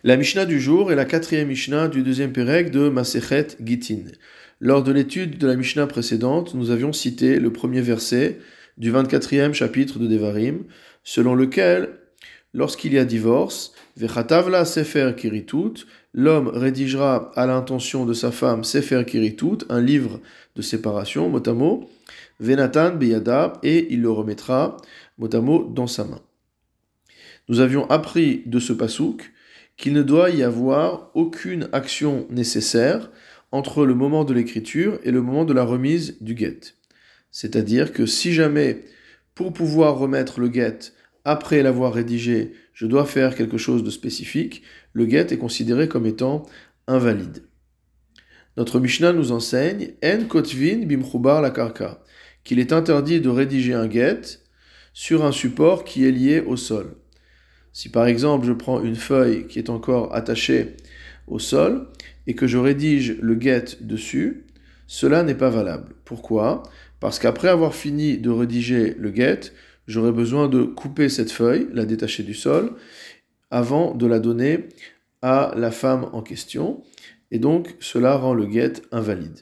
La Mishnah du jour est la quatrième Mishnah du deuxième Pérec de Masechet Gittin. Lors de l'étude de la Mishnah précédente, nous avions cité le premier verset du 24e chapitre de Devarim, selon lequel, lorsqu'il y a divorce, Vechatavla Sefer Kiritut, l'homme rédigera à l'intention de sa femme Sefer Kiritut, un livre de séparation, mot à mot, Venatan Beyada, et il le remettra, mot à mot, dans sa main. Nous avions appris de ce pasouk qu'il ne doit y avoir aucune action nécessaire entre le moment de l'écriture et le moment de la remise du guet. C'est-à-dire que si jamais, pour pouvoir remettre le guet après l'avoir rédigé, je dois faire quelque chose de spécifique, le guet est considéré comme étant invalide. Notre Mishnah nous enseigne En kotvin bimchubar la karka, qu'il est interdit de rédiger un guet sur un support qui est lié au sol. Si par exemple je prends une feuille qui est encore attachée au sol et que je rédige le guet dessus, cela n'est pas valable. Pourquoi ? Parce qu'après avoir fini de rédiger le guet, j'aurai besoin de couper cette feuille, la détacher du sol, avant de la donner à la femme en question, et donc cela rend le guet invalide.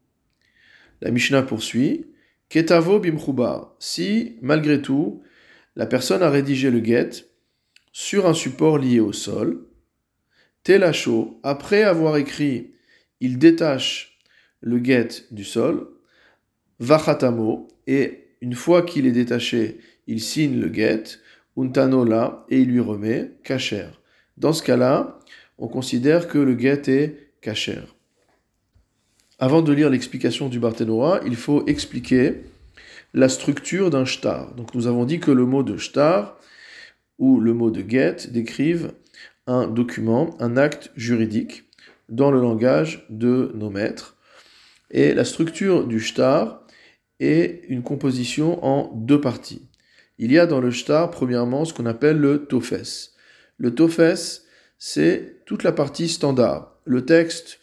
La Mishnah poursuit, Ketavo bimchubar, si malgré tout la personne a rédigé le guet sur un support lié au sol, Telacho, après avoir écrit, il détache le guet du sol, Vachatamo, et une fois qu'il est détaché, il signe le guet, Untanola, et il lui remet Kacher. Dans ce cas-là, on considère que le guet est Kacher. Avant de lire l'explication du Barthénora, il faut expliquer la structure d'un shtar. Donc nous avons dit que le mot de shtar ou le mot de guet décrivent un document, un acte juridique dans le langage de nos maîtres. Et la structure du shtar est une composition en deux parties. Il y a dans le shtar, premièrement, ce qu'on appelle le tofes. Le tofes, c'est toute la partie standard, le texte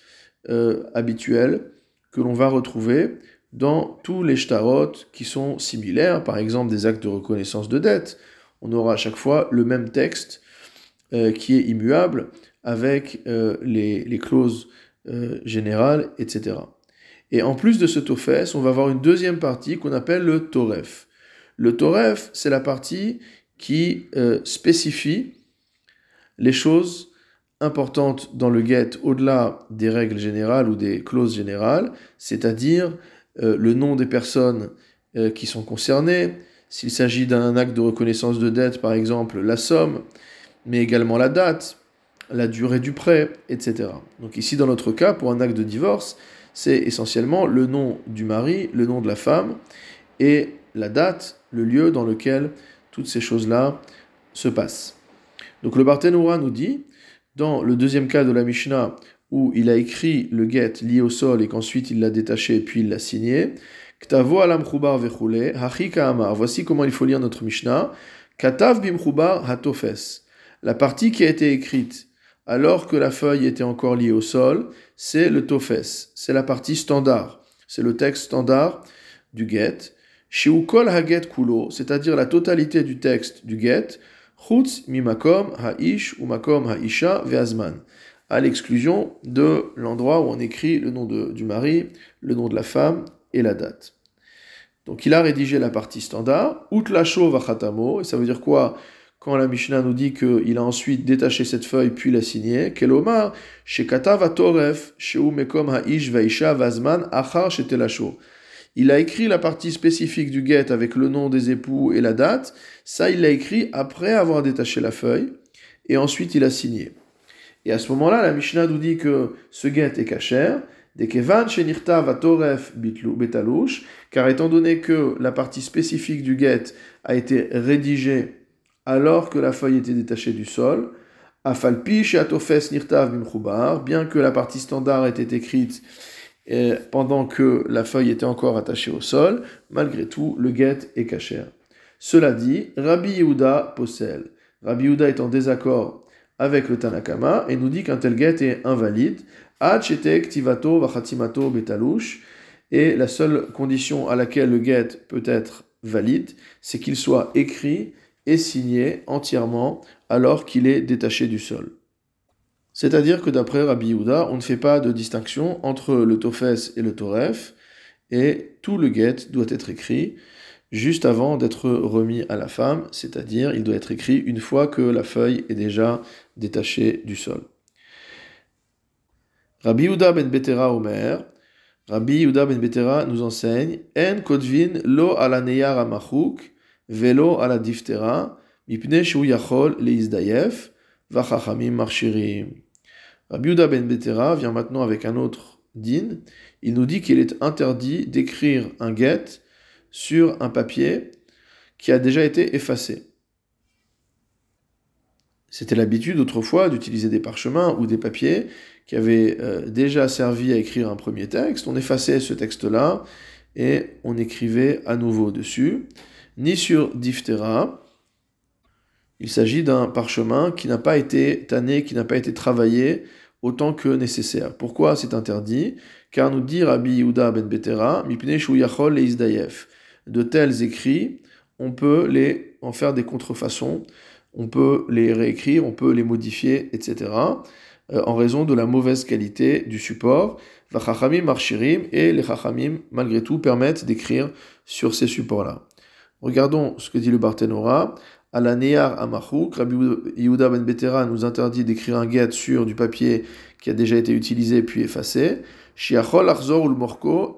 habituel que l'on va retrouver dans tous les shtarot qui sont similaires, par exemple des actes de reconnaissance de dette. On aura à chaque fois le même texte qui est immuable avec les clauses générales, etc. Et en plus de ce tofes, on va avoir une deuxième partie qu'on appelle le toref. Le toref, c'est la partie qui spécifie les choses importantes dans le guet au-delà des règles générales ou des clauses générales, c'est-à-dire le nom des personnes qui sont concernées, s'il s'agit d'un acte de reconnaissance de dette, par exemple, la somme, mais également la date, la durée du prêt, etc. Donc ici, dans notre cas, pour un acte de divorce, c'est essentiellement le nom du mari, le nom de la femme, et la date, le lieu dans lequel toutes ces choses-là se passent. Donc le Barthénora nous dit, dans le deuxième cas de la Mishnah, où il a écrit le guet lié au sol et qu'ensuite il l'a détaché puis il l'a signé, Ktavo alam chubar vechule, hachi ka'amar. Voici comment il faut lire notre Mishnah. Katav bim chubar hatofes. La partie qui a été écrite alors que la feuille était encore liée au sol, c'est le tofes. C'est la partie standard. C'est le texte standard du guet. Shiukol haget kulo, c'est-à-dire la totalité du texte du guet. Chutz mimakom ha'ish ou makom ha'isha ve'azman. À l'exclusion de l'endroit où on écrit le nom du mari, le nom de la femme et la date. Donc il a rédigé la partie standard, utlacho vachatamo, et ça veut dire quoi quand la Mishnah nous dit qu'il a ensuite détaché cette feuille puis l'a signée, kelomar, shekatav atoref, sheu mekom ha'ish vaisha vazman achar shetelacho. Il a écrit la partie spécifique du guet avec le nom des époux et la date, ça il l'a écrit après avoir détaché la feuille, et ensuite il a signé. Et à ce moment-là, la Mishnah nous dit que ce guet est kasher, Dekevan shenirtav atoref betalouche, car étant donné que la partie spécifique du guet a été rédigée alors que la feuille était détachée du sol, afalpi sheatofes nirtav bimchubar, bien que la partie standard ait été écrite pendant que la feuille était encore attachée au sol, malgré tout, le guet est kasher. Cela dit, Rabbi Yehuda possèle. Rabbi Yehuda est en désaccord avec le Tanakama et nous dit qu'un tel guet est invalide. Tivato vachatimato betalouche. Et la seule condition à laquelle le guet peut être valide, c'est qu'il soit écrit et signé entièrement alors qu'il est détaché du sol. C'est-à-dire que d'après Rabbi Yehuda, on ne fait pas de distinction entre le tofes et le toref, et tout le get doit être écrit juste avant d'être remis à la femme, c'est-à-dire il doit être écrit une fois que la feuille est déjà détachée du sol. Rabbi Yehuda ben Betera Omer, Rabbi Yehuda ben Betera nous enseigne En kodvin lo ala neyar amachuk velo ala diftera mipne shu yachol leizdayef vachachamim marchirim. Rabbi Yehuda ben Betera vient maintenant avec un autre din. Il nous dit qu'il est interdit d'écrire un get sur un papier qui a déjà été effacé. C'était l'habitude autrefois d'utiliser des parchemins ou des papiers qui avaient déjà servi à écrire un premier texte. On effaçait ce texte-là et on écrivait à nouveau dessus. Ni sur diphtéra, il s'agit d'un parchemin qui n'a pas été tanné, qui n'a pas été travaillé autant que nécessaire. Pourquoi c'est interdit? Car nous dit Rabbi Yehuda ben Betera, mipnei shu yachol leizdayef. De tels écrits, on peut en faire des contrefaçons, on peut les réécrire, on peut les modifier, etc. En raison de la mauvaise qualité du support. Vachachamim marchirim, et les chachamim, malgré tout, permettent d'écrire sur ces supports-là. Regardons ce que dit le Barthénora. À la Neyar Amachouk, Rabbi Yehuda ben Betera nous interdit d'écrire un get sur du papier qui a déjà été utilisé puis effacé. Shiachol Achzor ou le Morko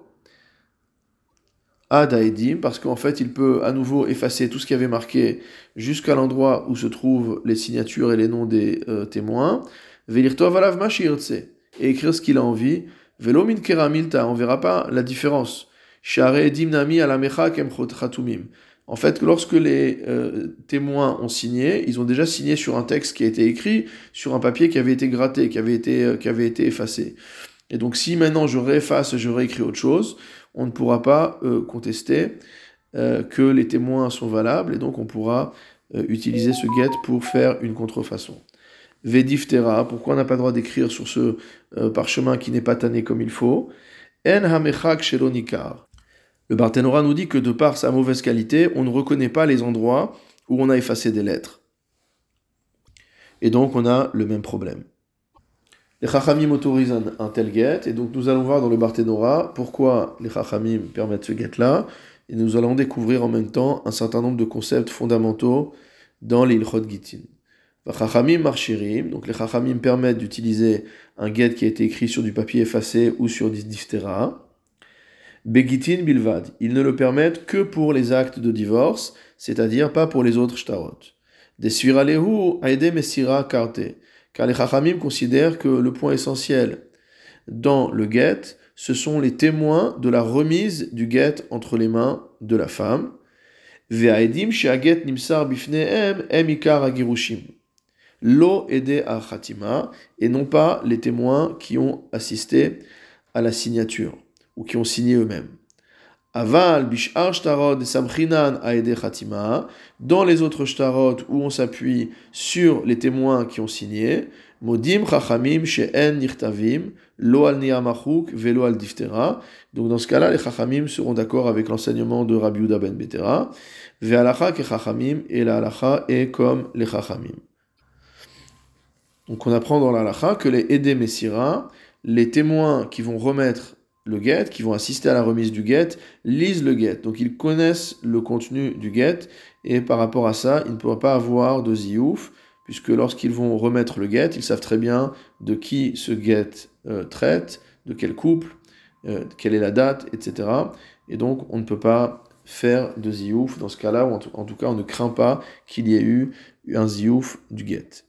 Adaedim, parce qu'en fait il peut à nouveau effacer tout ce qui avait marqué jusqu'à l'endroit où se trouvent les signatures et les noms des témoins. Velirtov alav mashirtse, et écrire ce qu'il a envie. Velo min keramilta, on verra pas la différence. Share edim nami alamecha kemchot chatumim. En fait, lorsque les témoins ont signé, ils ont déjà signé sur un texte qui a été écrit, sur un papier qui avait été gratté, qui avait été effacé. Et donc, si maintenant je réefface, je réécris autre chose, on ne pourra pas contester que les témoins sont valables, et donc on pourra utiliser ce get pour faire une contrefaçon. Vediftera, pourquoi on n'a pas le droit d'écrire sur ce parchemin qui n'est pas tanné comme il faut? En hamechak shelonikar. Le Barthénora nous dit que de par sa mauvaise qualité, on ne reconnaît pas les endroits où on a effacé des lettres. Et donc on a le même problème. Les Chachamim autorisent un tel get, et donc nous allons voir dans le Barthénora pourquoi les Chachamim permettent ce get-là, et nous allons découvrir en même temps un certain nombre de concepts fondamentaux dans les Ilchot Gittin. Chachamim marchirim, donc les Chachamim permettent d'utiliser un get qui a été écrit sur du papier effacé ou sur des diphtéra. Begitin bilvad, ils ne le permettent que pour les actes de divorce, c'est-à-dire pas pour les autres shtarot. Des sviralehu aide mesira karte, car les chachamim considèrent que le point essentiel dans le get, ce sont les témoins de la remise du get entre les mains de la femme. Ve'aedim she'aget nimsar bifnehem em ikar agirushim. Lo ede a chatima, et non pas les témoins qui ont assisté à la signature, ou qui ont signé eux-mêmes. Aval, bishar shtarot, samchinan aede chatima, dans les autres shtarot où on s'appuie sur les témoins qui ont signé, modim chachamim she'en nirtavim, lo al niyamachuk, velo al diftera. Donc dans ce cas-là, les chachamim seront d'accord avec l'enseignement de Rabbi Yehuda ben Betera, ve'alacha ke chachamim, et la halacha est comme les chachamim. Donc on apprend dans la halacha que les Ede Messira, les témoins qui vont remettre le get, qui vont assister à la remise du get, lisent le get. Donc ils connaissent le contenu du get, et par rapport à ça, ils ne pourront pas avoir de ziouf, puisque lorsqu'ils vont remettre le get, ils savent très bien de qui ce get traite, de quel couple, quelle est la date, etc. Et donc on ne peut pas faire de ziouf dans ce cas-là, ou en tout cas on ne craint pas qu'il y ait eu un ziouf du get.